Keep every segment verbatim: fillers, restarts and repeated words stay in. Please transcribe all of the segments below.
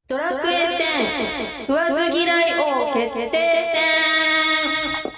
ドラクエテン食わず嫌い王決定戦。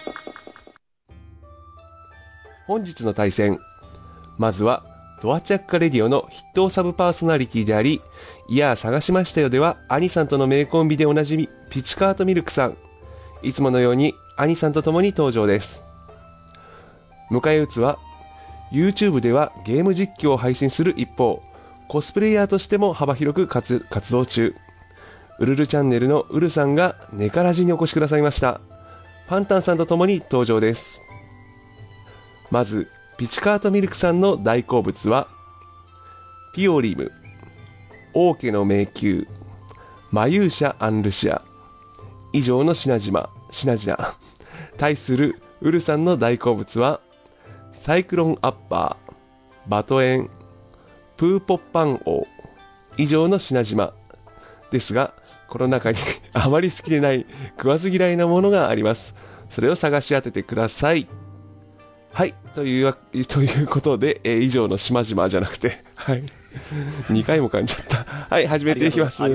本日の対戦、まずはドアチャッカレディオの筆頭サブパーソナリティであり、いやー探しましたよでは兄さんとの名コンビでおなじみピチカートミルクさん、いつものように兄さんと共に登場です。迎え撃つは YouTube ではゲーム実況を配信する一方、コスプレイヤーとしても幅広く 活, 活動中、ウルルチャンネルのウルさんがネカラジにお越しくださいました。パンタンさんと共に登場です。まずピチカートミルクさんの大好物はピオリム、王家の迷宮、マユーシャ・アンルシア以上の品々品々対するウルさんの大好物はサイクロンアッパー、バトエン、プーポッパン王以上の品々ですが、この中にあまり好きでない食わず嫌いなものがあります。それを探し当ててください。はい、というということで、えー、以上の島々じゃなくて、はい、にかいも噛んじゃった。はい、始めていきます。はい、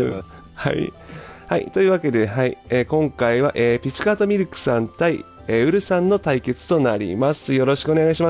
はい、というわけで、はい、えー、今回は、えー、ピチカートミルクさん対、えー、ウルさんの対決となります。よろしくお願いします。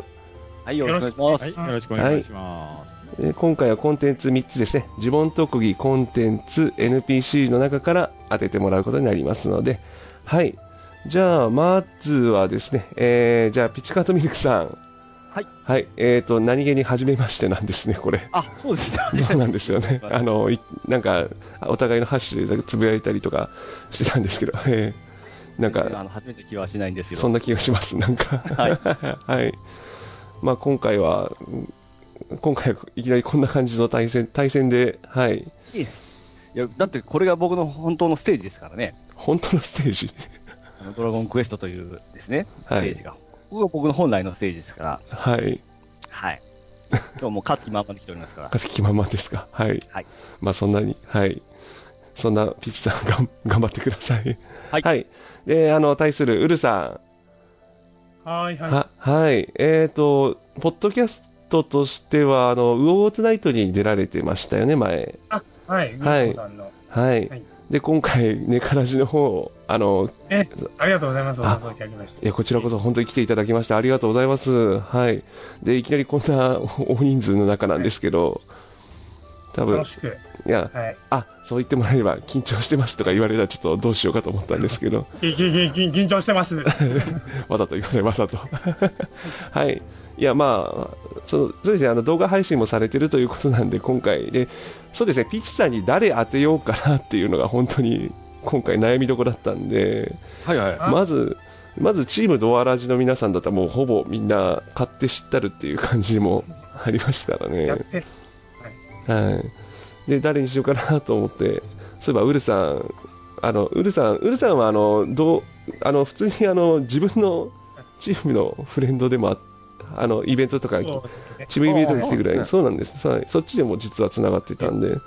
はい、よろしくお願いします。 はい、よろしくお願いします。 はい、今回はコンテンツみっつですね。呪文特技、コンテンツ、エヌピーシー の中から当ててもらうことになりますので、はい。じゃあ、まずはですね、えー、じゃあ、ピチカートミルクさん。 はい。 はい。えーと、何気に初めましてなんですね、これ。 あ、そうですね。 そうなんですよね。あの、なんか、お互いのハッシュでつぶやいたりとかしてたんですけど、えー、なんか、 あの、初めて気はしないんですよ。 そんな気がします、なんか。 はい。 はい。まあ、今回は、今回はいきなりこんな感じの対戦、対戦で、はい。いや、だってこれが僕の本当のステージですからね。 本当のステージドラゴンクエストというですね、ステはい、 ージが。ここが僕の本来のステージですから。 はい。 はい。今日も勝つ気満々に来ておりますから。 勝つ気満々ですか。はい。はい。まあそんなに、はい。そんなピチさんがん頑張ってください。はい。はい。で、あの、対するウルさん。はいはい。 は、はい。えっ、ー、と、ポッドキャストとしては、あの、ウォートナイトに出られてましたよね、前。 あ、はい。 はい。 さんのはい。はい。で、今回、ネカラジの方、あの、 え、ありがとうございます。お誘いいただきました。 いや、こちらこそ本当に来ていただきましてありがとうございます。はい。で、いきなりこんな大人数の中なんですけど、多分、 楽しく。 いや、はい、あ、そう言ってもらえれば、緊張してますとか言われたらちょっとどうしようかと思ったんですけど。 緊張してます。 わざと言われ、わざと。はい。いや、まあ、その、そうですね、あの、動画配信もされてるということなんで、今回で、そうですね、ピッチさんに誰当てようかなっていうのが本当に、今回悩みどころだったんで、 はいはい。 まず、まずチームドアラジの皆さんだったらもうほぼみんな買って知ったるっていう感じもありましたからね。 やって。 はい。はい。で、誰にしようかなと思って、そういえばウルさん、あの、ウルさん、ウルさんはあの、どう、あの、普通にあの、自分のチームのフレンドでもあって、あのイベントとか、ね、チームイベントに来てくらい、そうなんです、はい、そっちでも実はつながってたんで、うん、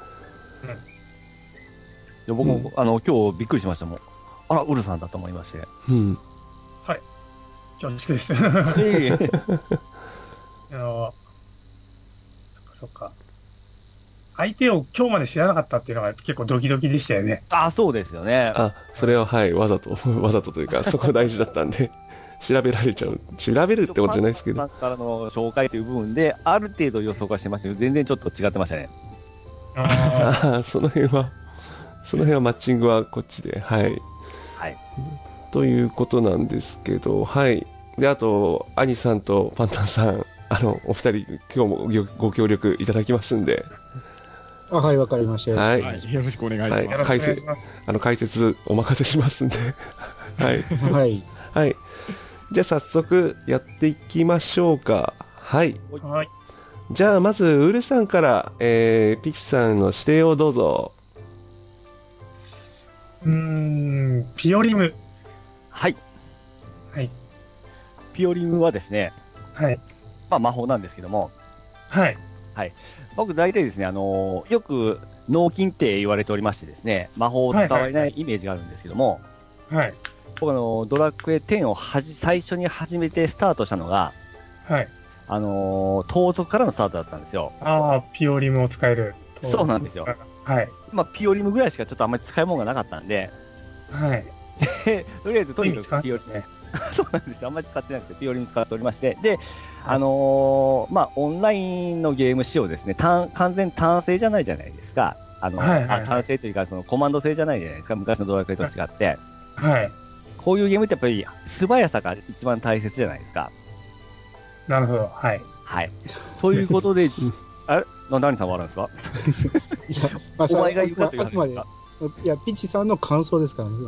僕も、うん、あの今日びっくりしましたもん。あら、ウルさんだと思いまして、 うん、 はい、恐縮です。あのそっかそっか、相手を今日まで知らなかったっていうのが結構ドキドキでしたよね。 あ、そうですよね。 あ、それははいわざとわざとというかそこ大事だったんで。調べられちゃう。調べるってことじゃないですけど。 さんからの紹介という部分で、ある程度予想化してましたけど、全然ちょっと違ってましたね。 ああ、その辺は、その辺はマッチングはこっちで、はい。 はい。 ということなんですけど、はい。で、あと、アニさんとパンタンさん、あの、お二人、今日もご協力いただきますんで。 あ、はい、わかりました。 はい。 よろしくお願いします。はい、 解説、あの、解説お任せしますんで。はい。 はい。 はい。じゃあ早速やっていきましょうか。はい。 はい。 じゃあまずウルさんから、えー、ピチさんの指定をどうぞ。 うーん、ピオリム。 はい。 はい。 ピオリムはですね、 はい。 まあ魔法なんですけども、 はい。 はい。僕大体ですね、あのー、よく脳筋って言われておりましてですね、魔法を使われないイメージがあるんですけども、 はい。 僕あのドラクエテンをはじ最初に始めてスタートしたのが、 はい、 あのー、盗賊からのスタートだったんですよ。 ああ、ピオリムを使える。 そうなんですよ。 はい。 まあ、ピオリムぐらいしかちょっとあんまり使い物がなかったんで、 はい。 でとりあえずとにか使うんくピオリム、 ですね。 そうなんですよ。あんまり使ってなくて、ピオリム使っておりまして、で、あのーまあ、オンラインのゲーム仕様ですね、単完全単性じゃないじゃないですか。あの、 はいはいはいあ単性というか、そのコマンド制じゃないじゃないですか。昔のドラクエと違って。 はい。 こういうゲームってやっぱり素早さが一番大切じゃないですか。 なるほど。はい。 はい。ということで、あれなんで兄さん笑うんですか？ いや、まあお前が言うかというあくまで話ですか？ いや、ピッチさんの感想ですからね。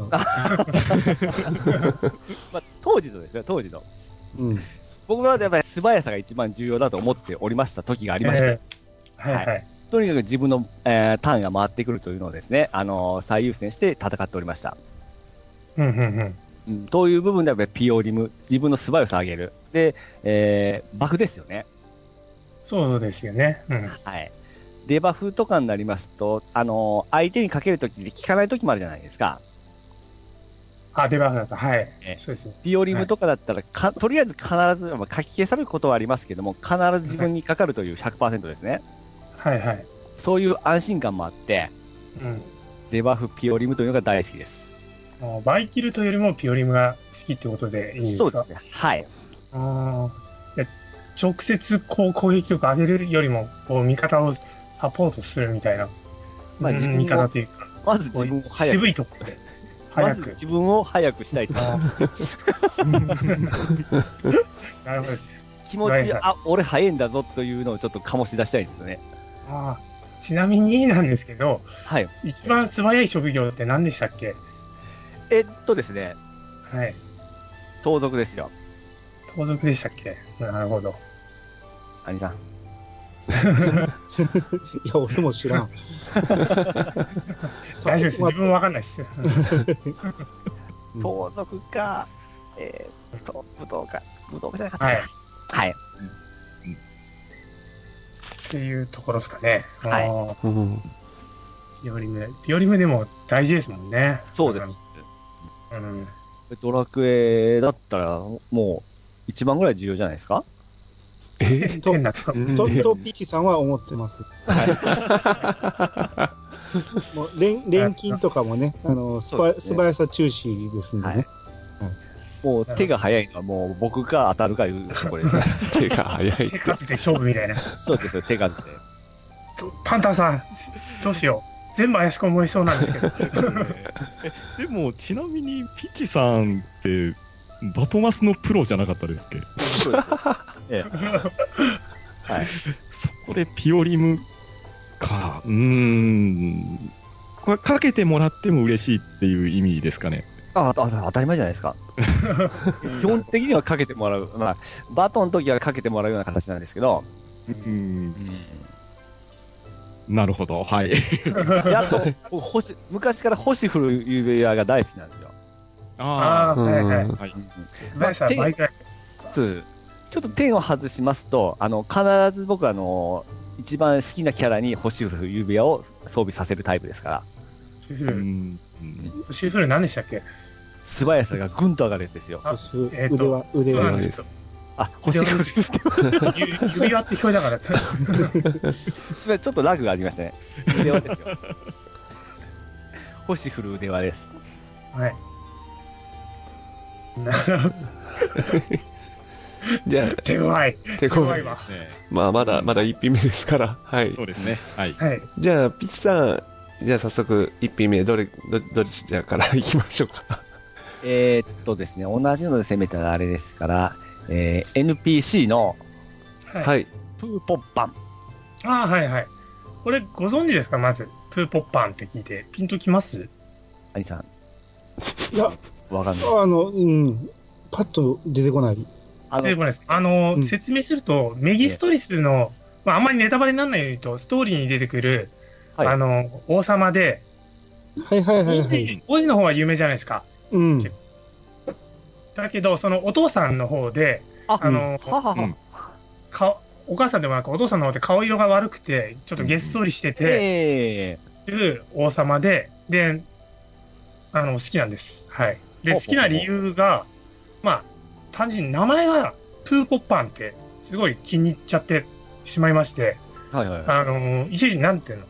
まあ、当時のですね、当時の。 うん。 僕はやっぱり素早さが一番重要だと思っておりました時がありまして、 えーはいはい。 とにかく自分の、えーターンが回ってくるというのをですね、あのー最優先して戦っておりました。 うんうんうん。 うん、という部分ではやっぱりピオリム、自分の素早さを上げる。で、えーバフですよね。 そうですよね。うん。 はい。デバフとかになりますと、あのー相手にかけるときに効かないときもあるじゃないですか。 あ、デバフだった。はいえ。 そうですね。 ピオリムとかだったらか、とりあえず必ず、まあ、書き消されることはありますけども、必ず自分にかかるという ひゃくパーセント ですね。 はいはい。 そういう安心感もあって、 うん。 デバフ、ピオリムというのが大好きです。 あバイキルトよりもピオリムが好きってことでいいんですか？ そうですね。はい。 ああ。いや直接こう攻撃力上げるよりも、こう味方をサポートするみたいな。うんまあ自分を味方というか、 まず自分を早く、 渋いところで。 まず早く。 自分を早くしたいと。 あーなるほど。 気持ち、 はいはいあ、俺早いんだぞというのをちょっと醸し出したいんですよね。 あーちなみになんですけど、 はい。 一番素早い職業って何でしたっけ？ えっとですね、 はい。 盗賊ですよ。 盗賊でしたっけ？なるほど。 兄さん。 いや、俺も知らん。 大丈夫です。 まあ自分もわかんないです。 うん盗賊か、えーっと、武道家、武道家じゃなかったはい。 かな。はい。 っていうところですかね。 はいあーうん。 ピオリム。ピオリムでも大事ですもんね。 そうです。 うん。 ドラクエだったら、もう、一番ぐらい重要じゃないですか？ えと変な使う。 うんと、と、ピッチさんは思ってます。もう連、錬金とかもね、あの、素早そうですね素早さ重視ですんではいね。 もう手が早いのはもう僕か当たるかいうところです。 手が早いって。 手数で勝負みたいな。 そうですよ、手数で。 とパンタンさん、どうしよう。全部怪しく思いそうなんですけど。 でも、ちなみに、ピッチさんって、バトマスのプロじゃなかったですっけ？ そうですええはい。 そこでピオリムか。うーん。これ、かけてもらっても嬉しいっていう意味ですかね。 あ、あ当たり前じゃないですか。基本的にはかけてもらう。まあ、バトンの時はかけてもらうような形なんですけど。 うん。なるほど。はい。 であと、僕星、昔から星降る指輪が大好きなんですよ。 ああ、はいはい。 うんはい。 素早さは毎回。 そうちょっと点を外しますと、あの、必ず僕はあの、一番好きなキャラに星降る指輪を装備させるタイプですから、 うシュフル。 ん。 シュフル何でしたっけ？ 素早さがぐんと上がるやつですよ。 あそうえーと腕輪、腕輪で。 そうなんですすよ。 あ、星降る指ゆ指輪って聞こえたから。 輪。ちょっとラグがありましたね。腕輪ですよ。星降る腕輪です。 はい。なるほど。 じゃあ、 手強い。 手強い。 手強いわ。 ねまあ、まだ、まだ一品目ですから。はい。 そうですね。はい。 はい。 じゃあ、ピッチさん、じゃあ早速、一品目、どれ、ど、どちらから行きましょうか。 えー、っとですね、同じので攻めたらあれですから、えー、エヌピーシー のはい。 はい。 プーポッパン。 ああ、はいはい。これご存知ですか？まず。プーポッパンって聞いて。ピンときます兄さん、 いや、 わかんない。 あの、うん、パッと出てこない。 あの、 出てこないです。あの、 うん説明すると、メギストリスの、まあ、あんまりネタバレにならないように言うと、ストーリーに出てくる、 はいあの、王様で、 はいはいはい王子はい。 王子の方は有名じゃないですか。 うん。 だけど、そのお父さんの方で、 あ、 あの、 ははは。 うん顔お母さんでもなくお父さんの方で顔色が悪くて、ちょっとげっそりしてて、 えいう王様で、で、あの、好きなんです。はい。で、 ほうほうほう好きな理由が、まあ、単純に名前がプーポッパンって、すごい気に入っちゃってしまいまして、 ー、はいはいはい。 あの、一時なんていうの、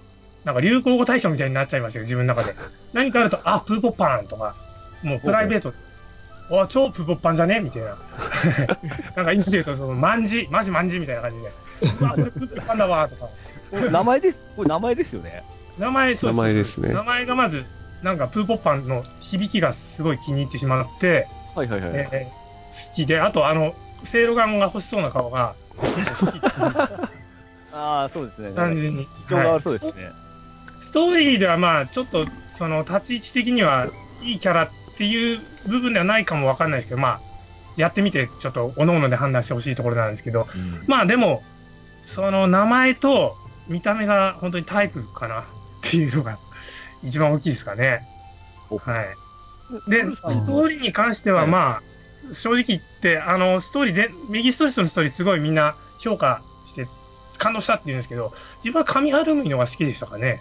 なんか流行語大賞みたいになっちゃいましたよ、自分の中で。何かあると、あ、プーポッパンとか、もうプライベート、お超プーポッパンじゃねみたいな。なんか今で言うと、その、まんじ、マジまんじみたいな感じで。うわ、それプーポッパンだわ、とか。 名前です。これ名前ですよね。 名前、そう名前ですね名前がまず、なんかプーポッパンの響きがすごい気に入ってしまって、 はいはいはい。 えー好きで、あと、あの、せいろがんが欲しそうな顔が、好きああ、そうですね。 単純に。 基調があるそうですね。 ストーリーではまあ、ちょっと、その、立ち位置的にはいいキャラっていう部分ではないかもわかんないですけど、まあ、やってみて、ちょっと、各々で判断してほしいところなんですけど、 うんまあでも、その名前と見た目が本当にタイプかなっていうのが一番大きいですかね。 おはい。で、ストーリーに関してはまあ、正直言って、あの、ストーリーで、右ストレスのストーリーすごいみんな評価して感動したって言うんですけど、自分は上春海のが好きでしたかね。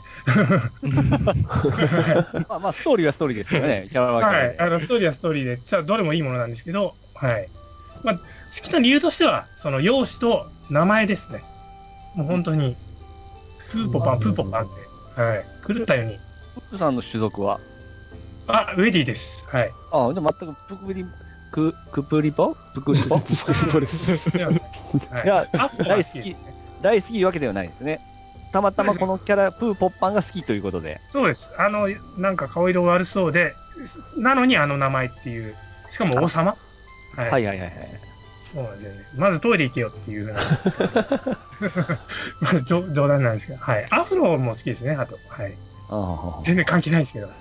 まあまあ、ストーリーはストーリーですよね。キャラはキャラで。 はい。あの、ストーリーはストーリーで、実はどれもいいものなんですけど、はい。まあ、好きな理由としては、その容姿と名前ですね。もう本当に、プーポパン、プーポパンって、はい。狂ったように。 プーさんの種族はあ、ウェディです。はい。 ああ、でも全くプクリ、ク、クプリポプクリポこれです。 ではないいやアップが大好き好きですね。 大好きいうわけではないですね。たまたまこのキャラ、プーポッパンが好きということで。 そうです。あの、なんか顔色悪そうで、なのにあの名前っていう、しかも王様はい。 はいはいはいはい。 そうなんですよね。まずトイレ行けよっていうふうな。まず冗冗談なんですけど、はい。アフロも好きですね、あと。はい。 ああ全然関係ないですけど。はい。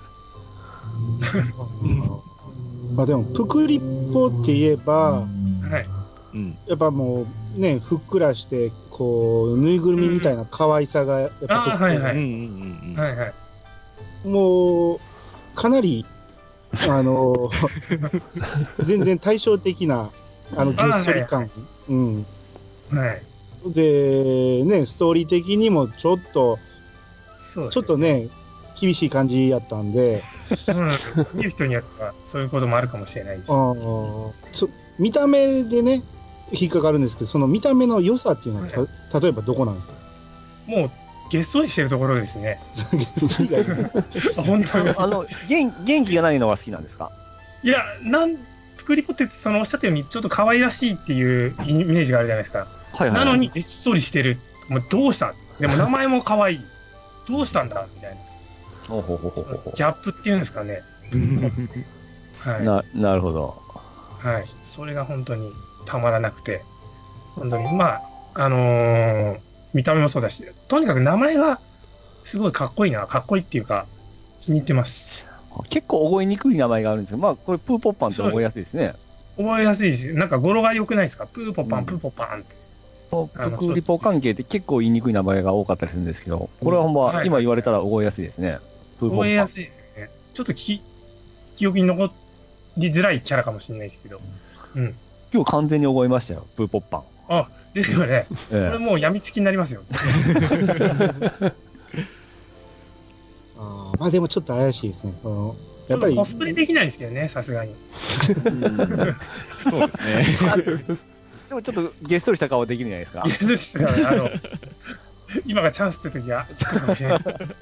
まあでも、プクリポって言えば、 はい。 うん。 やっぱもうね、ふっくらして、こう、ぬいぐるみみたいな可愛さがやっぱ特徴あーはいはいうんうんうん。 はいはい。 もう、かなり、あの、全然対照的な、あの、げっそり感。うん。 はい。 で、ね、ストーリー的にもちょっと、 そうですちょっとね、厳しい感じやったんで、 うん。見る人によっては、そういうこともあるかもしれないです。 あーそ見た目でね、引っかかるんですけど、その見た目の良さっていうのは、た例えばどこなんですか？ もう、げっそりしてるところですね。 げっそりがいいね本当に。 あの、元元気がないのが好きなんですか？ いや、なん、プクリポって、そのおっしゃったように、ちょっと可愛らしいっていうイメージがあるじゃないですか。 はいはい。 なのに、げっそりしてる。もうどうしたでも名前も可愛い。どうしたんだみたいな。 ほうほうほうほうほうギャップっていうんですかね。はい。 な、なるほど。 はい。それが本当にたまらなくて。本当に、まあ、あのー見た目もそうだし、とにかく名前がすごいかっこいいな。かっこいいっていうか、気に入ってます。 結構覚えにくい名前があるんですけど、まあ、これプーポッパンって覚えやすいですね。 覚えやすいです。なんか語呂が良くないですか？プーポパン、 うんプーポパンって。 プクリポ関係って結構言いにくい名前が多かったりするんですけど、これはほんま、 はい今言われたら覚えやすいですね。プーポッパン。 覚えやすいですね。ちょっとき記憶に残りづらいキャラかもしれないですけど。うん。 今日完全に覚えましたよ、プーポッパン。 あ、ですよね。こえれもう病みつきになりますよ。 あーまあでもちょっと怪しいですね。そのやっぱりコスプレできないですけどね、さすがに。 そうですね。 でもちょっとげっそりした顔できるんじゃないですかい。やそうですよねあの、今がチャンスって時がつくかもしれない。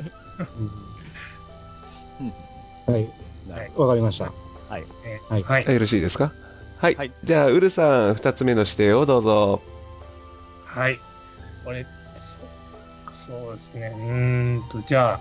はい、 はいわかりました。 はい。 えーはいはい。 はい、よろしいですか？はい。 はいじゃあ、ウルさん、二つ目の指定をどうぞ。 はい。これ、そそうですね。うーんと、じゃあ、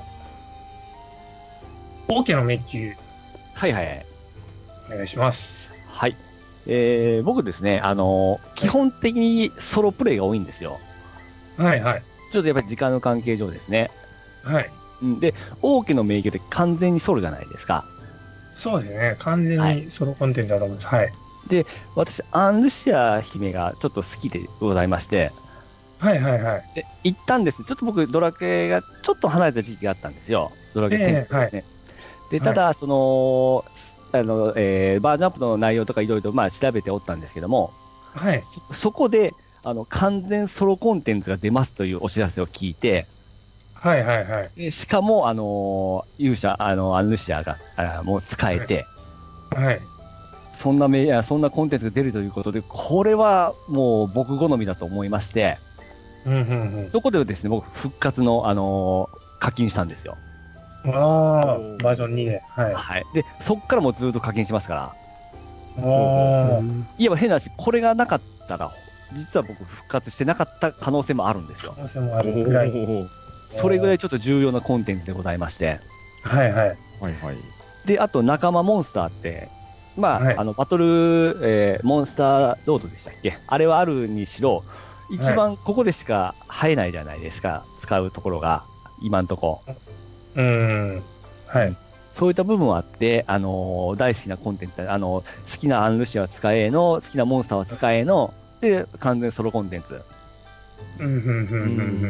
王家の迷宮、 はいはいはい。 お願いします。 はい。えー、僕ですね、あのー基本的にソロプレイが多いんですよ。 はいはい。 ちょっとやっぱり時間の関係上ですね。 はい。 うんで、王家の迷宮って完全にソロじゃないですか。 そうですね。完全はにソロコンテンツだと思います。はい。 私、アンルシア姫がちょっと好きでございまして、 はいはいはい。 で、行ったんです。ちょっと僕、ドラクエがちょっと離れた時期があったんですよ。ドラクエテンですね。で、ただ、その、あの、えー、バージョンアップの内容とかいろいろまあ調べておったんですけども、 はい。 そ、そこで、あの、完全ソロコンテンツが出ますというお知らせを聞いて、 はいはいはい。 でしかも、あのー勇者、あの、アンルシアが、あもう使えて、 はい。 そんなめ、いやそんなコンテンツが出るということで、これはもう僕好みだと思いまして、 うんうんうん。 そこでですね、僕、復活の、あのー課金したんですよ。 ああ、バージョンにで。はい。 はい。で、そっからもうずっと課金しますから。 ああ。 いわば変な話、これがなかったら、実は僕復活してなかった可能性もあるんですよ。 可能性もあるぐらい。 それぐらいちょっと重要なコンテンツでございまして。 はいはい。 はいはい。 で、あと仲間モンスターって、まあ、 はい、 あの、バトル、えー、モンスターロードでしたっけ？あれはあるにしろ、一番ここでしか生えないじゃないですか、使うところが、今んとこ。 うーん。はい。 そういった部分はあって、あのー、大好きなコンテンツ、あのー、好きなアンルシアは使えの、好きなモンスターは使えの、で、完全ソロコンテンツ。 うん、うん、うん、うん。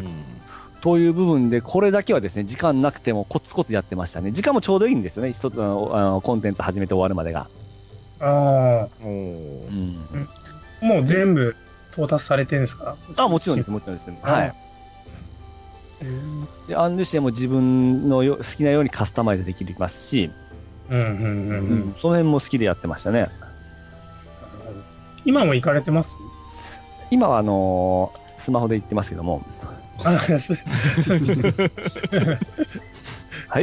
という部分で、これだけはですね、時間なくてもコツコツやってましたね。時間もちょうどいいんですよね、一つのあのコンテンツ始めて終わるまでが。 ああ。 うん。 もう全部到達されてるんですか？ あ、もちろんです、もちろんです。はい。で、アンルシアも自分のよ好きなようにカスタマイズできますし、 うん、うん、うん。うん、 その辺も好きでやってましたね。 今も行かれてます？ 今は、あのー、スマホで行ってますけども。 あ、そうはい。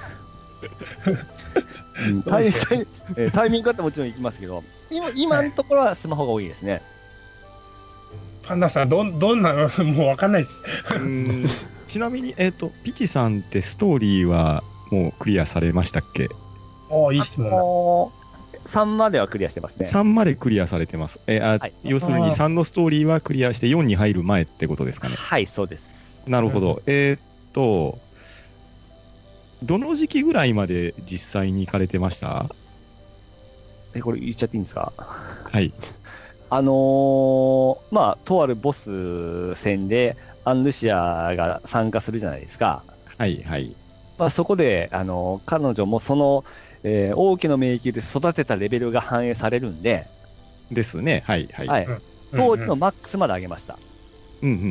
タイタイタイミングだってもちろん行きますけど、今、今のところはスマホが多いですね。 パンダさん、どん、どんなのもうわかんないです。 うんちなみに、えっ、ー、と、ピチさんってストーリーはもうクリアされましたっけ？ ああ、いい質問だ。さんまではクリアしてますね。 さんまでクリアされてます。えーあはい、要するにさんのストーリーはクリアしてよんに入る前ってことですかね。 はい、そうです。 なるほど。うん、えー、っと、どの時期ぐらいまで実際に行かれてました？ え、これ言っちゃっていいんですか？ はい。 あのー、まあ、とあるボス戦で、アンルシアが参加するじゃないですか。 はいはい。 まあ、そこで、あのー、彼女もその、えー、王家の迷宮で育てたレベルが反映されるんで。 ですね。はいはい。 はい。当時のマックスまで上げました。 うんうんうんうん。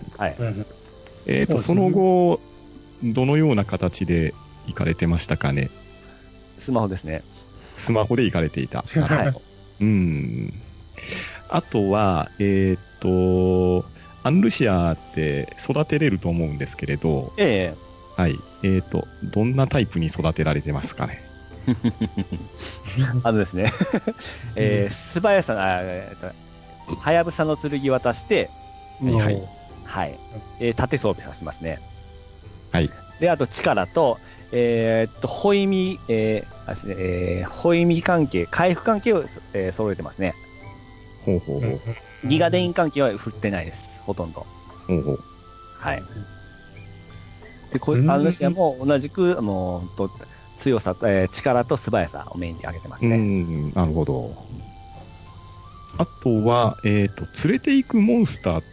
はい。 えっと、その後、どのような形で行かれてましたかね？ スマホですね。 スマホで行かれていた。 はい。 うん。あとは、えっと、アンルシアって育てれると思うんですけれど、 ええはい。えっと、どんなタイプに育てられてますかね？ あのですね、えー、素早さな、えー、とはやぶさの剣渡して、 はいはい、 はいえー、盾装備させますね。 はい。 で、あと力と、えー、っと、ホイミ、えー、あですね、えー、ホイミ関係、回復関係を、えー、揃えてますね。 ほうほうほう。 ギガデイン関係は振ってないです、ほとんど。 ほうほう。 はい。で、こアンルシアも同じく、もう、と強さ、えー、力と素早さをメインに上げてますね。 うん、なるほど。あとは、えっと、連れて行くモンスターって、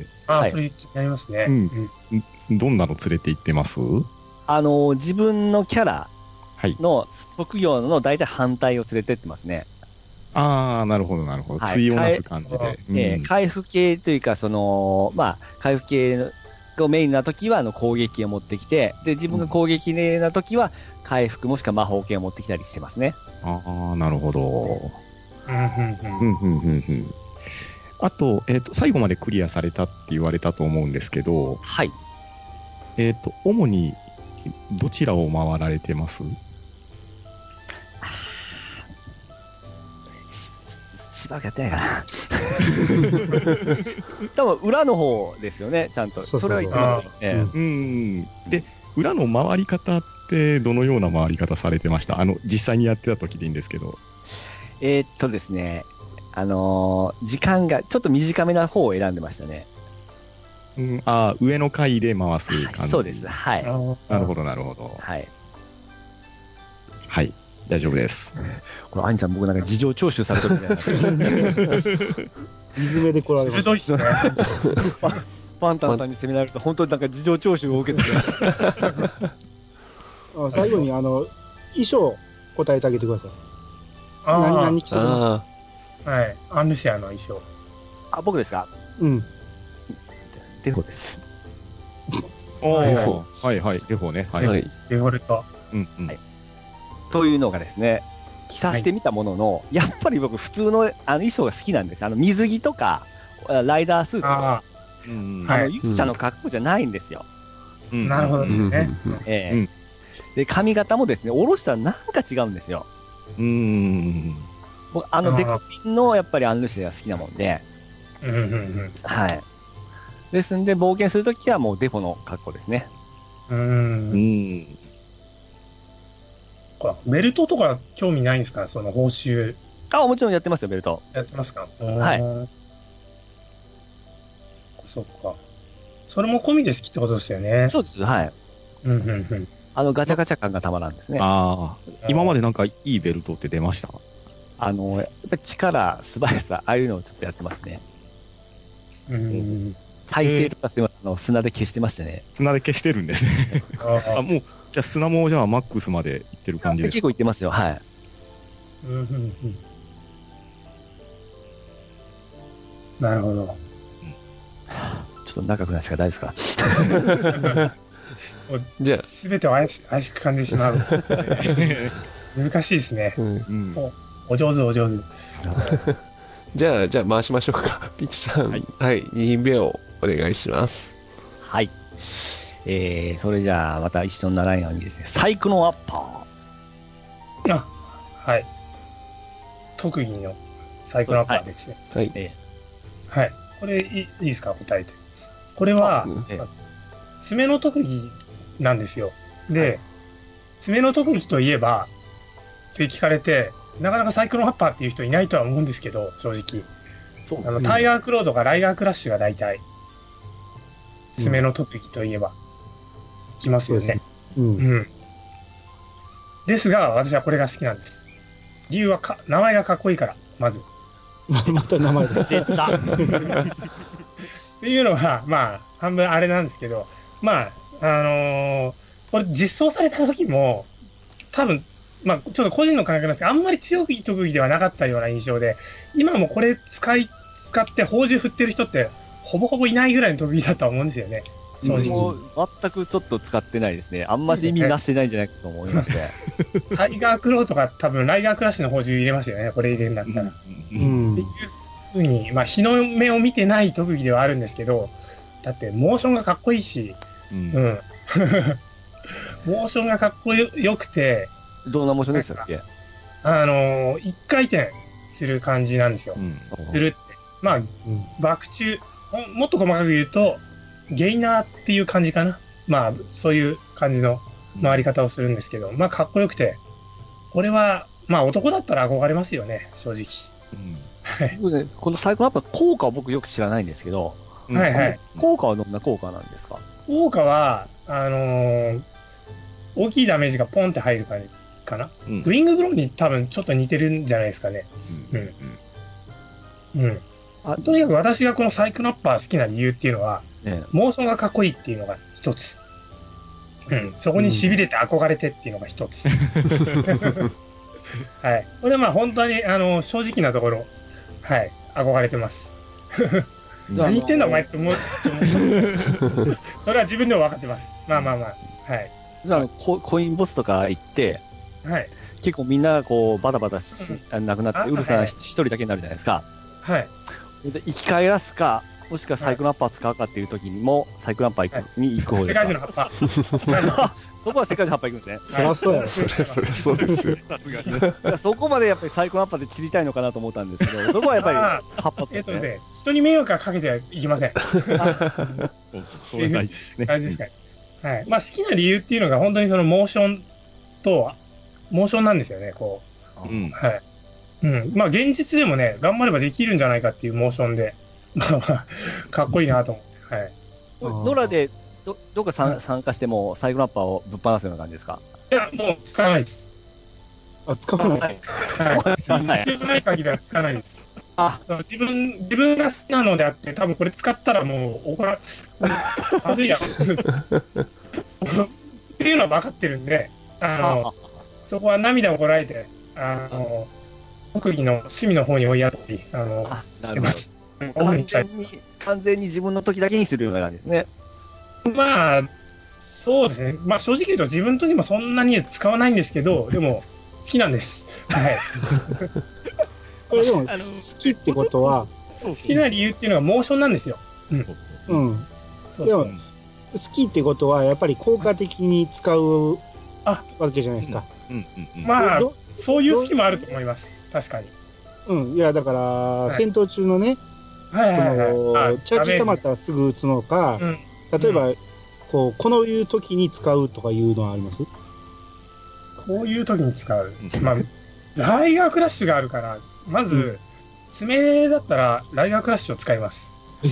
ああ、 はい、 それやりますね。 うん。うん、どんなの連れて行ってます？ あのー、自分のキャラの職業の大体反対を連れてってますね。 ああ、なるほど、なるほど。 はい、 対をなす感じで。 うんえー、回復系というか、その、まあ、回復系がメインな時は、あの、攻撃を持ってきて、で、自分が攻撃な時は、回復もしくは魔法系を持ってきたりしてますね。 ああ、なるほど。 うん、うん、うん。 うん、うん、うん。あと、えっと、最後までクリアされたって言われたと思うんですけど、 はい。 えっと、主に、どちらを回られてます？ しばらくやってないかな。多分裏の方ですよね、ちゃんと。 そうそうそうそれは言ってますよね。 うん。で、裏の回り方ってどのような回り方されてました？あの、実際にやってた時でいいんですけど。 えー、っとですね、あのー、時間がちょっと短めな方を選んでましたね。 うん、ああ、上の階で回す感じ。 そうです。はい。 なるほど、なるほど。 はい。 はい。大丈夫です。 これ、アニさん、僕なんか事情聴取されてるみたいな。 水目で来られます。 鋭いっすね。 パンタンさんに責められると、本当になんか事情聴取を受けてて。 あ最後に、あの、衣装答えてあげてください。 あ何、何着てまあ、はい。アンルシアの衣装。 あ、僕ですか？ す？うん。 デフォです。 おデフォ。はいはい、デフォね。はい。はい、 デフォルト。 うんうん。 はい。というのがですね、着させてみたものの、はい、やっぱり僕、普通のあの衣装が好きなんです。あの水着とか、ライダースーツとか、 うん、 あの勇者の格好じゃないんですよ。 うんなるほどですね。 ええうんで、髪型もですね、下ろしたらなんか違うんですよ。 うーん。 僕、あの、デコピンのやっぱりアンルシェが好きなもんで、 うんうんうんはい。ですんで、冒険するときはもうデフォの格好ですね。 う。 うんん。 これベルトとか興味ないんですか？その報酬あ、もちろんやってますよ、ベルト。 やってますか？ はいい。そっか。それも込みで好きってことですよね。 そうです、はい。 うんうんうん。 あの、ガチャガチャ感がたまらんですね。 ああ。今までなんかいいベルトって出ました？ あの、やっぱり力、素早さ、ああいうのをちょっとやってますね。 うん。 体勢とかすいません、あの砂で消してましてね。 砂で消してるんですね。 ああ、もう、じゃあ砂もじゃあマックスまでいってる感じです結か？ 構いってますよ、はい。 うんうんうん。なるほど。 ちょっと長くないですか、大丈夫ですか。 じゃあ、 すべてを怪し怪しく感じてしまう。難しいですね。 うんうん。 お上手お上手。 じゃあ、じゃあ回しましょうか。ピッチさん、 ははいい、にひんめをお願いします。 はい。えー、それじゃあ、また一緒に習いようにですね、サイクロンアッパあ、はい。特技のサイクルアッパーですね。 はい。 はい。これいいいいですか？答えて。これは、 うんええ爪の特技なんですよ。で、 はい爪の特技といえば、って聞かれて、なかなかサイクロンハッパーっていう人いないとは思うんですけど、正直。 ー。そうあの、タイガークロードかライガークラッシュが大体、爪の特技といえば、きますよね。 うん。 うん。ですが、私はこれが好きなんです。理由はか、名前がかっこいいから、まず。 また名前です。 出た。 っていうのは、まあ、半分あれなんですけど、まあ、あのーこれ実装された時も、多分、まあ、ちょっと個人の感覚なんですけど、あんまり強い特技ではなかったような印象で、今もこれ使い、使って宝珠振ってる人って、ほぼほぼいないぐらいの特技だとは思うんですよね。正直。 もう全くちょっと使ってないですね。あんまし意味なしてないんじゃないかと思いまして。 タイガークローとか多分ライガークラッシュの宝珠入れますよね、これ入れるんだったら。 うっていん。 うふうに、まあ、日の目を見てない特技ではあるんですけど、だって、モーションがかっこいいし、 うんう。ん。モーションがかっこよよくて、 どんなモーションでしたっけ？ あのー一回転する感じなんですよう。ん。 するって。まあ、 うん。 バク宙、ももっと細かく言うと、ゲイナーっていう感じかな。まあ、そういう感じの回り方をするんですけど、まあ、かっこよくて、これは、まあ、男だったら憧れますよね、正直。はい。 僕ねこのサイクロンアッパー効果を僕よく知らないんですけど、 うんはいはい。 効果はどんな効果なんですか？ 効果は、あのー大きいダメージがポンって入る感じかな。 うんウィングブローに多分ちょっと似てるんじゃないですかね。 うんうん。 あとにかく私がこのサイクロンアッパー好きな理由っていうのは、 ねモーションがかっこいいっていうのが一つ。うん。そこに痺れて憧れてっていうのが一つ。はい。これはまあ本当に、あの、正直なところ、はい。憧れてます。 じゃあ何言ってんだお前って思う。それは自分でも分かってます。まあまあまあ。はい。 あのココインボスとか行って、 はい。 結構みんながこうバタバタし、あなくなって、 あウルさんはい一人だけになるじゃないですか。 はい。 で生き返らすか、もしくはサイクロンアッパー使うかっていう時にも、サイクロンアッパー行く、に行く方世ですか。 界中の葉っぱ。 そこは世界中の葉っぱ行くんですね。 そりゃそうやろ。 そりゃ、そりゃそうですよ。 いやそこまでやっぱりサイクロンアッパーで散りたいのかなと思ったんですけど、そこはやっぱりあ葉っぱえっとですね。 ね、人に迷惑はかけてはいけません。 そうそうそれ大事ですね。 感じですかね。はい。まあ好きな理由っていうのが本当にそのモーションと、モーションなんですよね、こうんう。。はい。うん。まあ現実でもね、頑張ればできるんじゃないかっていうモーションで、まあまあ、かっこいいなと思って。はい。 ノラでどどっか参参加してもサイクロンアッパーをぶっ放すような感じですか？ いや、もう使わないです。 あ、使わない。 はい。 はい必要ない限りは使わないです。 あ自分、自分が好きなのであって、多分これ使ったらもう怒ら、まずいやろ。っていうのは分かってるんで、あの、そこは涙をこらえて、あの、特技の趣味の方に追いやったり、あの、 あ、なるほど。 してます。オフにしたい完全に、完全に自分の時だけにするような感じですね。 まあ、そうですね。まあ正直言うと自分の時もそんなに使わないんですけど、でも好きなんです。はい。 これでも、 あの好きってことは、 そう好きな理由っていうのがモーションなんですよ。 うん。 そうそうでも。 好きってことは、やっぱり効果的に使うあわけじゃないですか。 うんうんうん。 まあど、 そういう好きもあると思います。確かに。 うん。いや、だから、 い戦闘中のね、 はいはいはい。 そのあチャージ溜まったらすぐ打つのか、 うん。 例えば、こう、このいう時に使うとかいうのはあります？ こういう時に使う。 うんまあ、ライガークラッシュがあるから、まず、 うん爪だったら、ライガークラッシュを使います。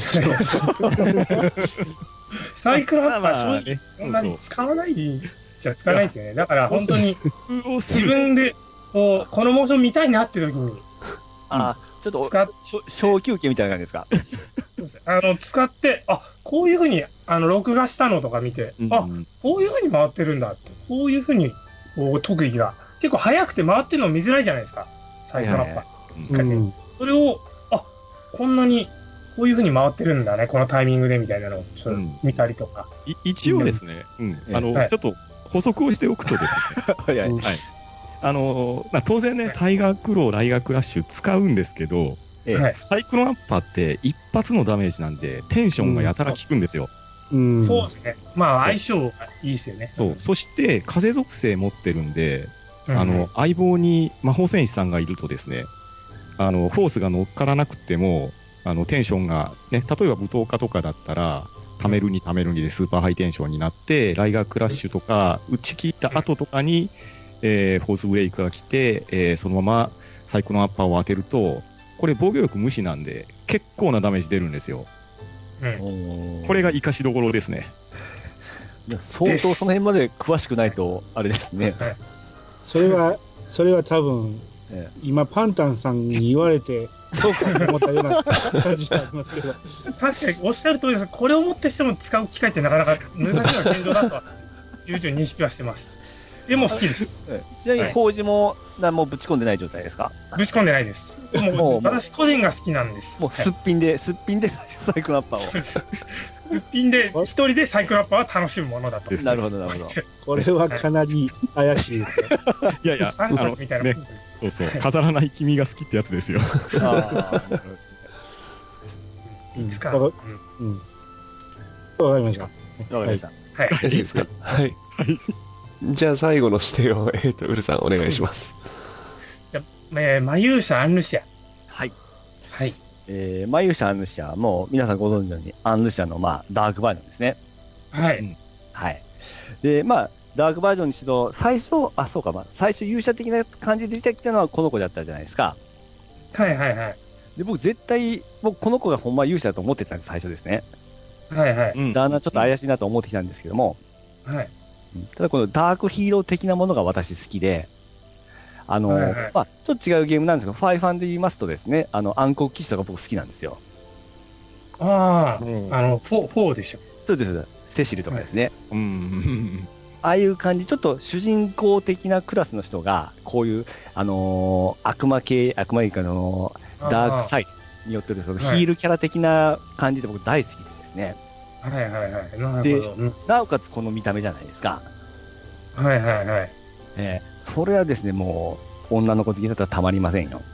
サイクロアッパー、正直、そんなに使わないじゃ使わないですよね。だから本当に、自分で、こう、このモーション見たいなって時に、 あ、ちょっと、 使っしょ小休憩みたいな感じですか。 あの、使って、あ、こういうふうに、あの、録画したのとか見て、あ、こういうふうに回ってるんだって、こういうふうに、こう、特技が、結構速くて回ってるの見づらいじゃないですか。サイクロアッパー。 うん。 それを、あ、こんなに、こういうふうに回ってるんだね、このタイミングでみたいなのをちょっと見たりとか。 い一応ですね、うん、あの、 はいちょっと補足をしておくとですね、 はいはい。 うんはい。あの、まあ、当然ね、タイガークロー、ライガークラッシュ使うんですけど、 ええはい。 サイクロンアッパーって一発のダメージなんで、テンションがやたら効くんですよ。 うん。 そうですね。まあ、 そう相性がいいですよね。 そう。そして、風属性持ってるんで、 うんあの、相棒に魔法戦士さんがいるとですね、あの、フォースが乗っからなくても、あの、テンションが、ね、例えば舞踏家とかだったら、貯めるに貯めるにでスーパーハイテンションになって、ライガークラッシュとか、打ち切った後とかに、えーフォースブレイクが来て、えーそのままサイクロンアッパーを当てると、これ防御力無視なんで、結構なダメージ出るんですよ。 うんこれが活かしどころですね。 相当その辺まで詳しくないと、あれですね。 それは、それは多分、 え今、パンタンさんに言われて、そうかと思ったような感じがありますけど。 確かにおっしゃる通りです。これをもってしても使う機会ってなかなか難しいのが現状だとは、重々認識はしてます。でも好きです。 えちなみに、法事も何もぶち込んでない状態ですか？ ぶち込んでないです。もうもう私個人が好きなんです。 もうすっぴんで、すっぴんでサイクロアッパーを。 すっぴんで一人でサイクロアッパーは楽しむものだと。 ですなるほど、なるほど。 これはかなり怪しいですね。 いやいや、あ三の作みたいなねもんですね。 そうそう、飾らない君が好きってやつですよ。 あーうんいつか。 わうんかうん。わかりました。 わかりました。 はい。 大丈夫ですか？はい。じゃあ最後の指定を、えっと、ウルさんお願いします。 えー、マユーシャ・アンルシア。 はい。 はい。 えー、マユーシャ、アンルシャ、もう皆さんご存知のように、アンルシャの、まあ、ダークバージョンですね。 はい。 はい。で、まあ、ダークバージョンにしろ、最初、あ、そうか、まあ、最初勇者的な感じで出てきたのはこの子だったじゃないですか。 はいはいはい。 で、僕絶対、僕この子がほんま勇者だと思ってたんです、最初ですね。 はいはい。 うんだんだんちょっと怪しいなと思ってきたんですけども、 はい。 うんただこのダークヒーロー的なものが私好きで、あの、 はいはいまあ、ちょっと違うゲームなんですが、ファイファンで言いますとですね、あの、暗黒騎士とか僕好きなんですよ。 ああ、 うんあの、フォー、フォーでしょ。 そうです。セシルとかですね。 うん。 ああいう感じ、ちょっと主人公的なクラスの人が、こういう、あのー悪魔系、悪魔系のダークサイドによってる、そのヒールキャラ的な感じで僕大好きでですね。 はいはいはい。なるでほど。うんなおかつこの見た目じゃないですか。 はいはいはい。 えーそれはですね、もう、女の子好きだったらたまりませんよ。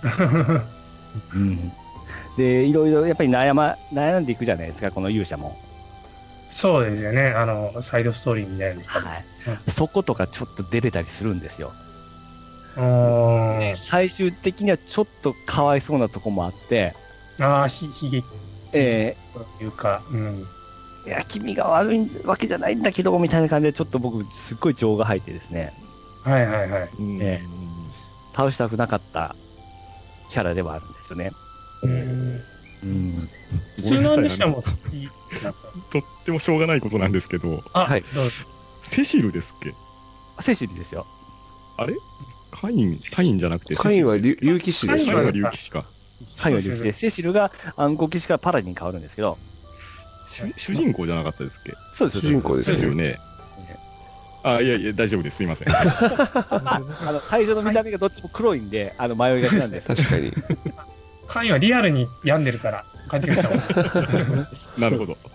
うん。で、いろいろやっぱり悩ま、悩んでいくじゃないですか、この勇者も。 そうですよね。あの、サイドストーリーみたいなのとかも。 はい。そことかちょっと出れたりするんですよ。 うーんで最終的にはちょっとかわいそうなとこもあって、 ああ、ひ、ひげえというか、うん。 ーいや、君が悪いわけじゃないんだけど、みたいな感じで、ちょっと僕、すっごい情が入ってですね、 はいはいはい。 うんえ倒したくなかったキャラではあるんですよね。 うん。 うん。 普通のアンルシャも好きだっとってもしょうがないことなんですけど、 た。あ、 はいどうぞ。 セシルですっけ？ セシルですよ。 あれカイン、カインじゃなくて、 カインは竜竜騎士ですカインはね。 竜騎士か。 はい、でセシルが暗黒騎士からパラディに変わるんですけど、 主主人公じゃなかったですっけ？ そうです主人公でですすよ。 よね。あ、いやいや、大丈夫です。すいません。 あの最初の見た目がどっちも黒いんで、あの迷いがちなんです。 確かに。 カインはリアルに病んでるから、勘違いしたもん。 なるほど。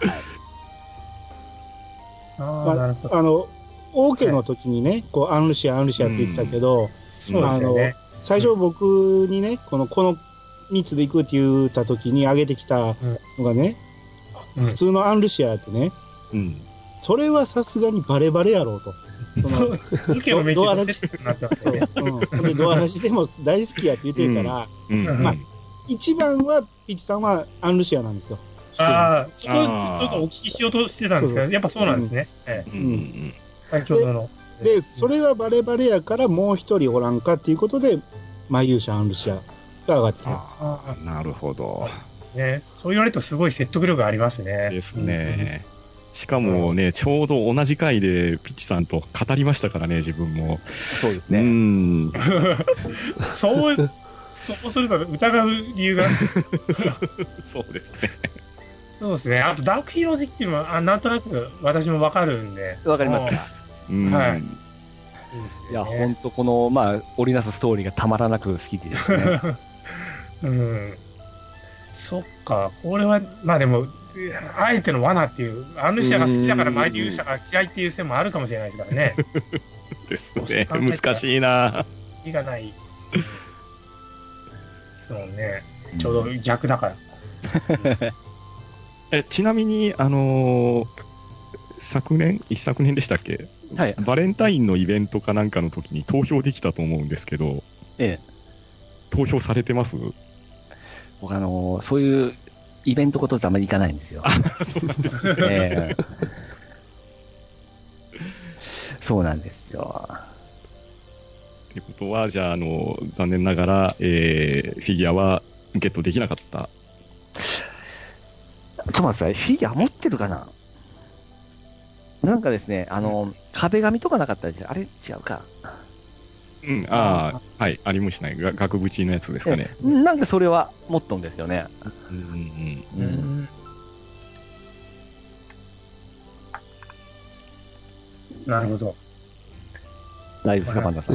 ああ、なるほど。 あの、オーケーの時にね、こう、アンルシア、アンルシアって言ってたけど、 そうですよね。 最初僕にね、この、このみっつで行くって言った時に上げてきたのがね、 うん普通のアンルシアってね、 うん。 それはさすがにバレバレやろうと。その受けのメキとセットになってますよね。 うん。で、ドアラジでも大好きやって言ってるから、 うん。うん、 まあ、一番は、ピッチさんはアンルシアなんですよ。 ああ、そこ、ちょっとお聞きしようとしてたんですけど、やっぱそうなんですね。ええ。うん。先ほどの。 で、それはバレバレやから、もう一人おらんかっていうことで、マユーシャ、アンルシアが上がってきた。 ああ、なるほど。 ね、そう言われるとすごい説得力ありますね。 ですね。しかもね、ちょうど同じ回でピッチさんと語りましたからね、自分も。 そうですね。 うん。 そう、そうすると疑う理由が。 そうですね。 そうですね。あと、ダークヒーロー好きっていうのは、あ、なんとなく私もわかるんで。 わかりますか。 うん。 はい。 いや、ほんとこの、まあ、織りなすストーリーがたまらなく好きでですね。 うん。そっか、これは、まあでも、あえての罠っていう、アンルシアが好きだからマイユーシャが嫌いっていう線もあるかもしれないですからね。 ですね。難しいな。 意がない。そうね。ちょうど逆だから。 えちなみに、あのー、昨年、一昨年でしたっけ、 はい、 バレンタインのイベントかなんかの時に投票できたと思うんですけど、 ええ、 投票されてます？ 僕、あのー、そういうイベントことってあんまり行かないんですよ。 あ、そうなんですね。 えー、そうなんですよ。 ということは、じゃあ、あの残念ながら、えー、フィギュアはゲットできなかった。 ちょっと待ってください、フィギュア持ってるかな。なんかですね、あの、うん、壁紙とかなかったでしょ。あれ違うか。 うん、ああ、はい、ありましたね。が額縁のやつですかね。 なんかそれは持っとんですよね。 うんうんうん。 うん、 なるほど。 大丈夫ですか、パンダさん。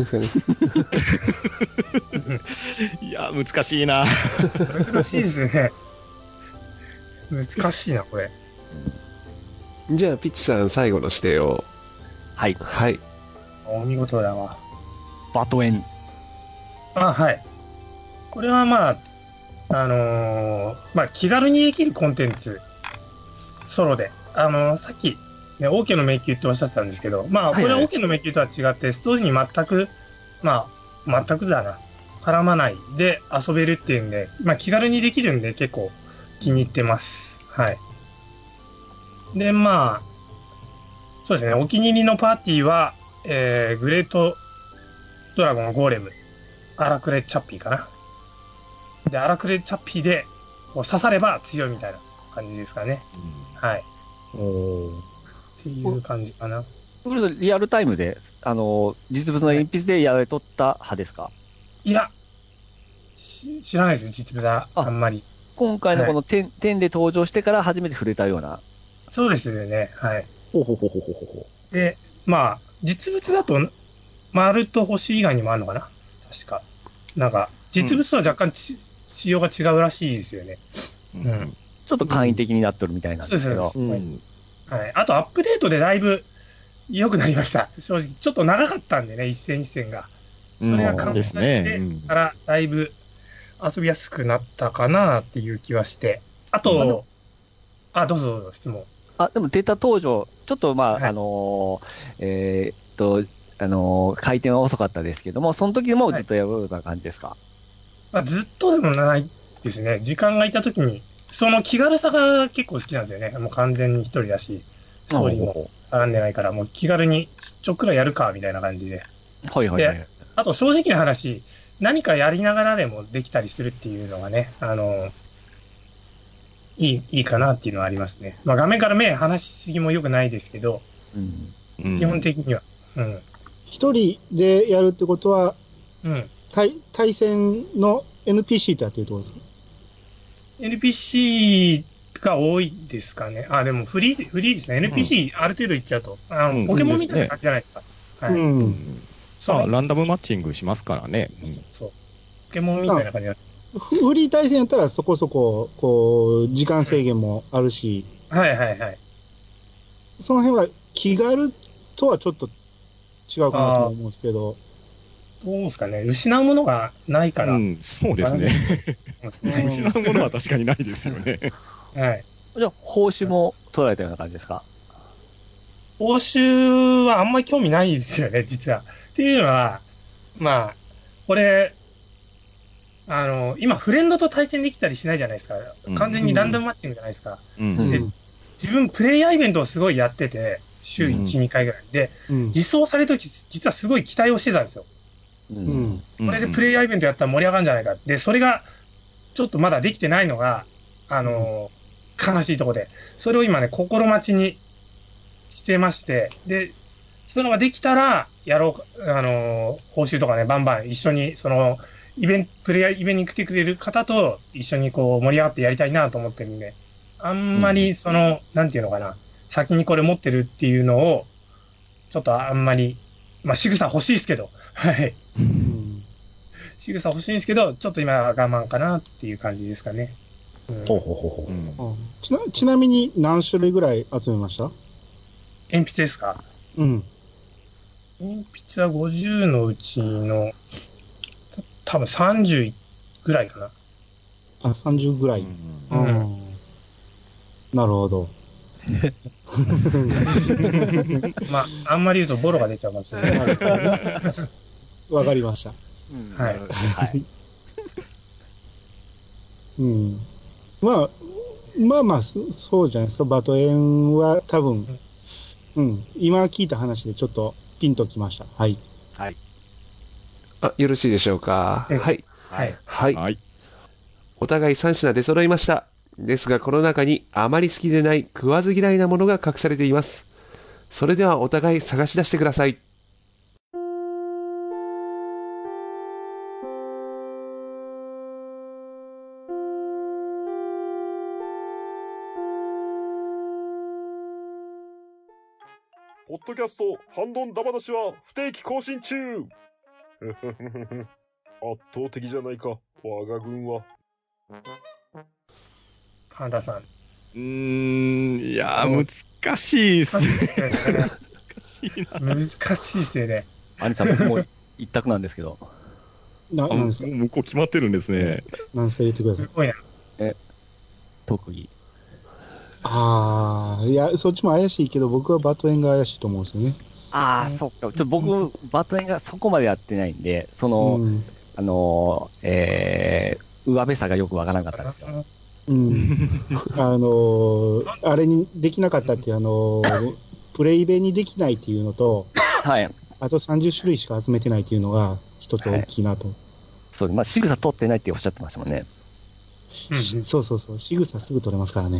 いや、難しいな。 難しいですね。難しいな、これ。 じゃあ、ピッチさん、最後の指定を。 はい。 はい。 お見事だわ。 バトエン。 あ、はい。これはまあ、あのー、まあ、気軽にできるコンテンツ、ソロで。あのー、さっき、ね、オーケーの迷宮っておっしゃってたんですけど、まあ、これはオーケーの迷宮とは違って、ストーリーに全く、まあ、全くだな、絡まないで遊べるっていうんで、まあ、気軽にできるんで、結構気に入ってます。はい。で、まあ、そうですね、お気に入りのパーティーは、えー、グレートドラゴンゴーレム、荒くれチャッピーかな。で、荒くれチャッピーで、こう刺されば強いみたいな感じですかね。うん、はい。 おっていう感じかな。 リアルタイムで、あの、実物の鉛筆でやられとった派ですか？ いや、知らないですよ、実物はあんまり。 今回のこの点、はい、点で登場してから初めて触れたような。 そうですよね、はい。 ほうほうほうほうほうほう。で、まあ、実物だと、丸と星以外にもあるのかな、確か。なんか、実物とは若干ち、うん、仕様が違うらしいですよね。 うん。うん、ちょっと簡易的になってるみたいなんですけど。 そうですね。はい。あと、アップデートでだいぶ良くなりました。正直。ちょっと長かったんでね、一戦一戦が。それが簡単してから、だいぶ遊びやすくなったかなっていう気はして。あと、あ、どうぞどうぞ、質問。 あ、でもデータ登場、ちょっとまあ、はい、あのー、えー、っと、あのー、回転は遅かったですけども、その時もずっとやるような感じですか？はい、 まあ、ずっとでもないですね。時間がいた時に、その気軽さが結構好きなんですよね。もう完全に一人だし、ストーリーも絡んでないから、もう気軽にちょっくらいやるか、みたいな感じで。 はいはいはい。 で、あと正直な話、何かやりながらでもできたりするっていうのがね、あの、いい、いいかなっていうのはありますね。まあ画面から目離しすぎも良くないですけど、うん、基本的には。うん。 一人でやるってことは、 うん。 対、対戦の エヌピーシー とやってるってことですか？ エヌピーシー が多いですかね。あ、でもフリー、フリーですね。エヌピーシー ある程度いっちゃうと。あの、うん、ポケモンみたいな感じじゃないですか。 すね、はい。うん。 さあ、ランダムマッチングしますからね。 うん、そう。ポケモンみたいな感じです。 フリー対戦やったらそこそこ、こう、時間制限もあるし。 はいはいはい。 その辺は気軽とはちょっと違うかなと思うんですけど。 どうですかね。失うものがないから。 うん、そうですね。失うものは確かにないですよね。 はい。 じゃあ、報酬も取られたような感じですか？ 報酬はあんまり興味ないですよね、実は。っていうのは、まあ、これ、あの、今フレンドと対戦できたりしないじゃないですか。完全にランダムマッチングじゃないですか。 うんでうん自分プレイヤーイベントをすごいやってて、週いち、 うんにかいぐらいで、 うん実装されるとき、実はすごい期待をしてたんですよ。 ううんん。 これでプレイヤーイベントやったら盛り上がるんじゃないか。で、それが、ちょっとまだできてないのが、あのー悲しいところで、それを今ね、心待ちにしてまして、で、そういうのができたら、やろうか、あのー報酬とかね、バンバン一緒に、その、イベント、プレイヤーイベントに来てくれる方と一緒にこう盛り上がってやりたいなと思ってるんで、あんまりその、なんていうのかな、先にこれ持ってるっていうのを、ちょっとあんまり、まあ仕草欲しいですけど、はい。 うん仕草欲しいんですけど、ちょっと今は我慢かなっていう感じですかね。うんほうほうほうほう。 うんあちなちなみに何種類ぐらい集めました？ 鉛筆ですか？ うん。 鉛筆はごじゅうのうちの、た多分さんじゅうぐらいかな。 あ、さんじゅうぐらい。 うんうんなるほど。 まあ、あんまり言うとボロが出ちゃうかもしれない。 なるほどねわかりました。 はいはい。 うん。まあ、まあまあ、そそうじゃないですか。バトエンは多分、うん。今聞いた話でちょっとピンときました。はい。 はい。 あ、よろしいでしょうか。 うんはい。 はい。 はい。 はい。 お互いさん品出揃いました。ですがこの中にあまり好きでない食わず嫌いなものが隠されています。それではお互い探し出してください。 ポッドキャスト、ハンドンダ話は不定期更新中圧倒的じゃないか、我が軍は。 神田さん。 うーん、いやー、難しいっすね。難しいな。 難しいですよね。 兄さん、僕も一択なんですけど、 な、 あなんですか向こう決まってるんですね。 なんですか言ってください。 すごいな。 特技。 ああ、いや、そっちも怪しいけど、僕はバトエンが怪しいと思うんですよね。 ああ、そっか。ちょっと僕、バトエンがそこまでやってないんで、その、 うん。 あのー、えー、上辺さがよくわからなかったんですよ。 うん。あのーあれにできなかったっていう、あのープレイベにできないっていうのと、 はい。 あとさんじゅっ種類しか集めてないっていうのが、一つ大きいなと。 そう、まあ、仕草取ってないっておっしゃってましたもんね。 うんしそうそうそう、仕草すぐ取れますからね。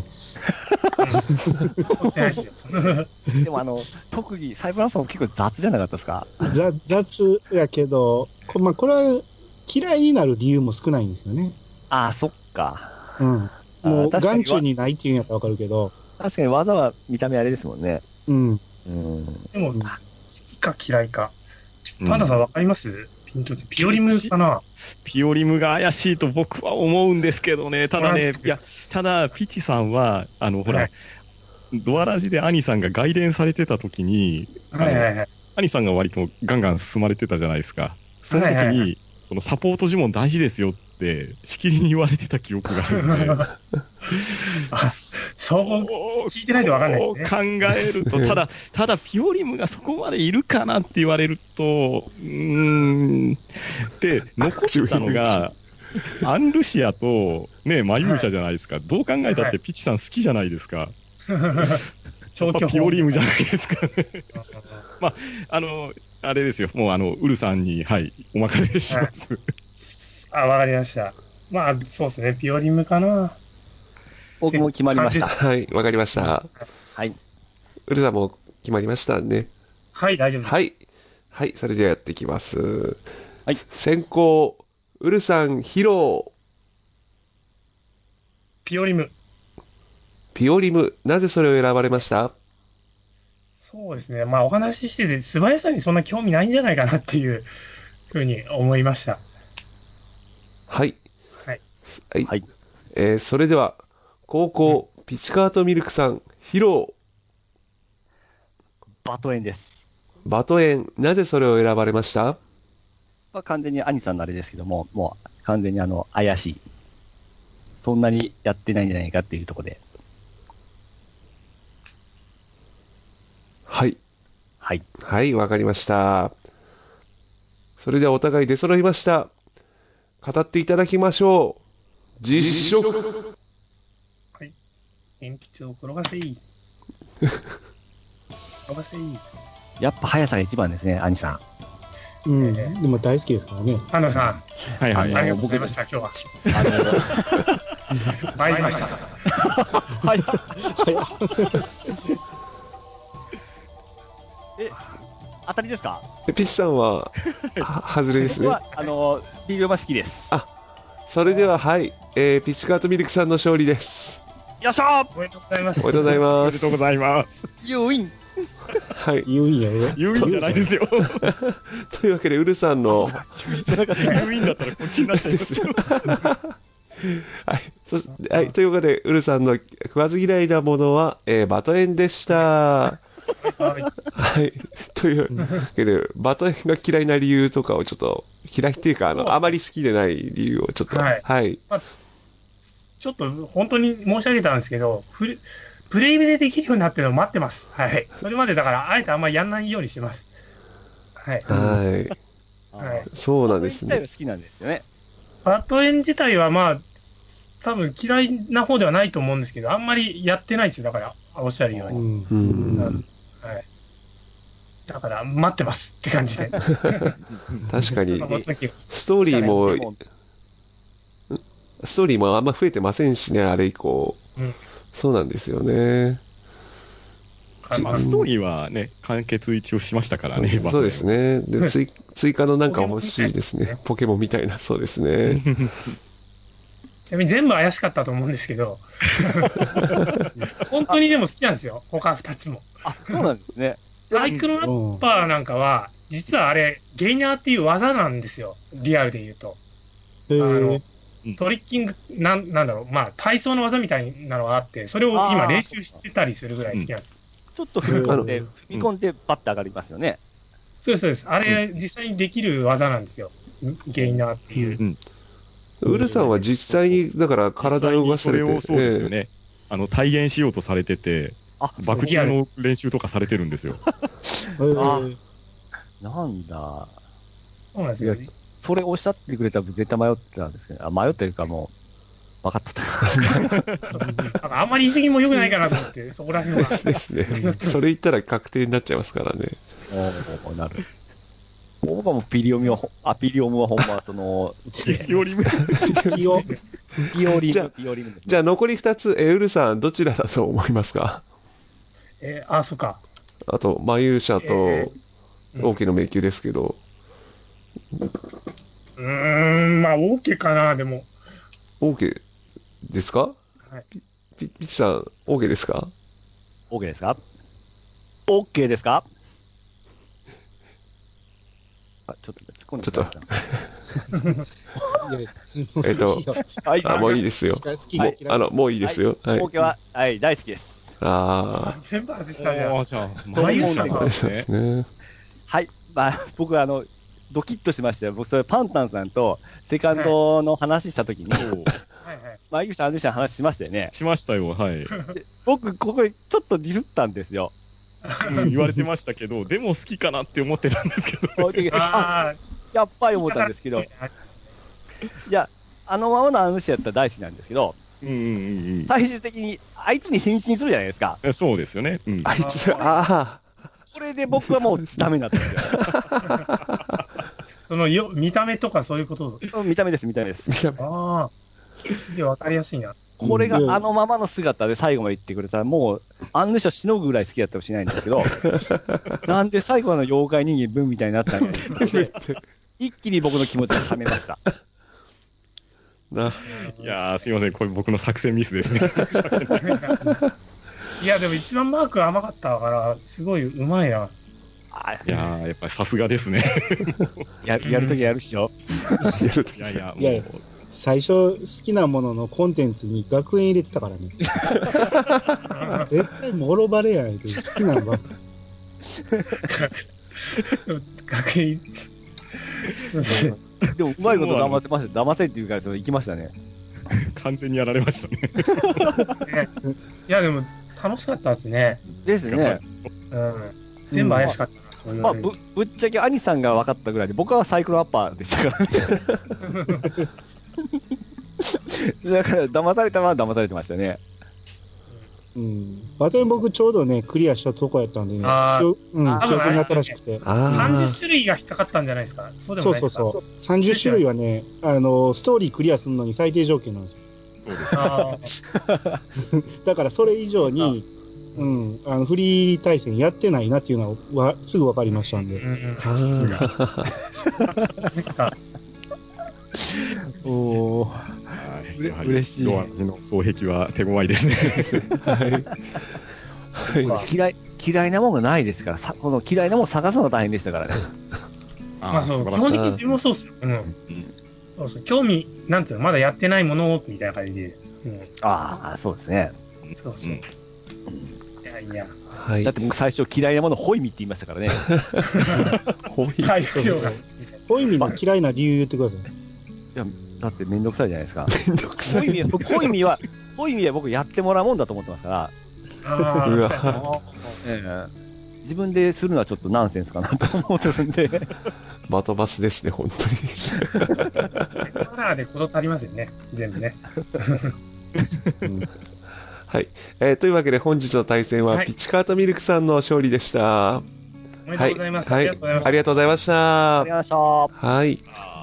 取ってないですよ。 でもあの、特技、サイブランファも結構雑じゃなかったですか？ ざ雑やけど、こまあ、これは嫌いになる理由も少ないんですよね。 ああ、そっか。 うん。もう、 確かに眼中にないっていうんやったらわかるけど、 確かに技は見た目あれですもんね。 うん。 うん。 でも、好きか嫌いか。 うんパンダさんわかります？ピントってピオリムかな？ ピオリムが怪しいと僕は思うんですけどね。ただね、 同じくいや、ただ、ピチさんは、あの、ほら、 はいドアラジで兄さんが外伝されてた時に、 はいはいはい。 兄さんが割とガンガン進まれてたじゃないですか。その時に、 はいはいはそのサポート呪文大事ですよって、しきりに言われてた記憶があるんで。 あ、そう聞いてないとわかんないですね。 考えると、ただ、ただ、ピオリムがそこまでいるかなって言われると、うーん、で、残ったのが、アンルシアと、ね、マユーシャじゃないですか。どう考えたってピチさん好きじゃないですか。 超巨やっぱピオリムじゃないですかね。まあ、あの、あれですよ。もう、あの、ウルさんに、はい、お任せします。 あ、わかりました。まあ、そうですね。ピオリムかな。 僕も決まりました。 はい、わかりました。 はい。 ウルさんも決まりましたね。 はい、大丈夫です。 はい。はい、それではやっていきます。 はい。 先行、ウルさん、ヒロピオリム。 ピオリム、なぜそれを選ばれました？ そうですね。まあ、お話ししてて、素早さにそんな興味ないんじゃないかなっていうふうに思いました。 はい。 はい。 はい。 はい。 えー、それでは、高校、ピチカートミルクさん、ヒロバトエンです。 バトエン、なぜそれを選ばれました？ まあ、完全に兄さんのあれですけども、もう完全にあの、怪しい。そんなにやってないんじゃないかっていうところで。 はい。 はい。 はい、わかりました。それではお互い出揃いました。語っていただきましょう。実食。 はい。鉛筆を転がせい。転がせい。 やっぱ速さが一番ですね、兄さん。 うん、でも大好きですからね。 安野さん。 はいはい。 ありがとうございました、今日は。参りました。 はい。え、当たりですか？ ピッチさんは、は、外れですね。 僕は、あの、ビールマ好きです。 あ、それでは、はい、えー、ピッチカートミルクさんの勝利です。 よっしゃー！ おめでとうございます。 おめでとうございます。 おめでとうございます。 ユーウィン。 はい。 ユーウィンやよ。 ユーウィンじゃないですよ。 というわけで、ウルさんの。 ユーウィンだったらこっちになっちゃいますよ。 はい。そし、はい。というわけで、ウルさんの食わず嫌いなものは、えー、バトエンでした。はい。というわけで、バトエンが嫌いな理由とかをちょっと、嫌いっていうか、あの、あまり好きでない理由をちょっと、はい。はい、 まあ、ちょっと、本当に申し上げたんですけど、ププレイでできるようになってるのを待ってます。はい。それまでだから、あえてあんまりやんないようにしてます。はい。 はい。はい。そうなんですね。 バトエン自体は好きなんですよね。 バトエン自体はまあ、多分嫌いな方ではないと思うんですけど、あんまりやってないですよ。だから、おっしゃるように。 うん。うん、 はい。だから、待ってますって感じで。確かに、ストーリーも、ストーリーもあんま増えてませんしね、あれ以降。うん、そうなんですよね。 まあ、ストーリーはね、完結一応しましたからね。 そうですね。で、追、追加のなんか欲しいですね。ポケモンみたいな、そうですね。 ちなみに全部怪しかったと思うんですけど、本当にでも好きなんですよ、他二つも。 あ、そうなんですね。 サイクロラッパーなんかは、実はあれ、ゲイナーっていう技なんですよ、リアルで言うと。あの、トリッキング、なん、なんだろう、まあ、体操の技みたいなのがあって、それを今練習してたりするぐらい好きなんです。 ちょっと踏み込んで、踏み込んでバッて上がりますよね。 そうです、そうです。あれ、実際にできる技なんですよ。ゲイナーっていう。 うんうん、ウルさんは実際に、だから体を動かされて、 それをそうですよね。えー、あの、体現しようとされてて、あ、爆中の練習とかされてるんですよ。 あ、なんだ。 そうなんですよ。 それおっしゃってくれたら絶対迷ってたんですけど、あ、迷ってるかもう、分かっとった。あんまり意識も良くないかなと思って、そこら辺は。 ですね。それ言ったら確定になっちゃいますからね。 おなる。僕はもうピリオミは、あ、ピリオムはほんま、その、 ピリオリムピオ、ピオリム、 じゃあ、 ピオリムですね。 じゃあ残り二つ、え、ウルさん、どちらだと思いますか？ えー、あ、そっか。 あと、マユーシャと、王家の迷宮ですけど。 うーん、まあ、王家かな、でも。 王家ですか？はい。ピ、ピ、ピチさん、王家ですか？ 王家ですか？オッケーですか？あ、ちょっと突っ込んでちょっと。えっと、あ、もういいですよ。もう、あの、もういいですよ。 はい。王家は、はい、大好きです。 ああ。 全部外したじゃん。 あ、じゃあ、 そういうもんそうですね。 はい。まあ、僕は、あの、ドキッとしましたよ。僕、それ、パンタンさんと、セカンドの話したときに、まあ、ゆうさん、あぬしゃん話しましたよね。 しましたよ、はい。 僕、ここでちょっとディスったんですよ。 うん、言われてましたけど、でも好きかなって思ってたんですけど、 あやっぱり思ったんですけど、いや、あのままのあの人やったら大好きなんですけど、 うんうんうん、 最終的にあいつに変身するじゃないですか。 そうですよね。 うん、あいつ、ああ。 それで僕はもうダメになったんですよ。 そのよ見た目とかそういうこと見た目です、見た目です。 ああ。で、わかりやすいな。 これがあのままの姿で最後まで言ってくれたら、もう、あんな人しのぐぐらい好きだったかもしれないんですけど、なんで最後の妖怪人間分みたいになったんで、一気に僕の気持ちが冷めました。 な。 いやー、すいません、これ僕の作戦ミスですね。 いや、でも一番マーク甘かったから、すごいうまいな。 いやー、やっぱりさすがですね。 や, やるときやるっしょ。 やるとき。 いやいや、もう。 いやいや最初好きなもののコンテンツに学園入れてたからね。絶対もろバレやないけど、好きなのば。 学園でも、うまいこと騙せました。騙せっていうか、その行きましたね。 完全にやられましたね。 いや、でも、楽しかったですね。 ですね。 ううん。全部怪しかったな、そういう。 まあ、ぶ、ぶっちゃけ兄さんが分かったぐらいで、僕はサイクロンアッパーでしたからね。だから、騙されたのは騙されてましたね。 うん。私僕ちょうどね、クリアしたとこやったんでね、 あ記憶うん、記憶に新しくて。 さんじゅっ種類が引っかかったんじゃないですか。そうでもないですか。 そうそうそう。さんじゅっ種類はね、あの、ストーリークリアするのに最低条件なんですよ。 そうですね。 だからそれ以上に、うん、あのフリー対戦やってないなっていうのはすぐ分かりましたんで。 うんうん、 おー、 はい、 嬉しい。 ドアラジの双璧は手強いですね。 はい。嫌い、嫌いなもんがないですから、さこの嫌いなもん探すのが大変でしたからね。 まあそう、基本的に自分もそうっすよ。うん。うん、そうそう、興味、なんていうの、まだやってないものみたいな感じで。うん、ああ、そうですね。 そうそう。うん、いやいや。 はい、だって僕最初嫌いなものホイミって言いましたからね。 ホイミ回復量が。 ホイミの嫌いな理由言ってください。いや、だってめんどくさいじゃないですか。 めんどくさい。 ホイミは、ホイミは、ホイミは僕やってもらうもんだと思ってますから。 あうわ、ええ、自分でするのはちょっとナンセンスかなと思ってるんで。 バトバスですね、本当に。 カラーで事足りますよね、全部ね。 うんはい、えー。というわけで本日の対戦はピチカートミルクさんの勝利でした。 おめでとうございます。 はい、ありがとうございました。 ありがとうございました。 はい。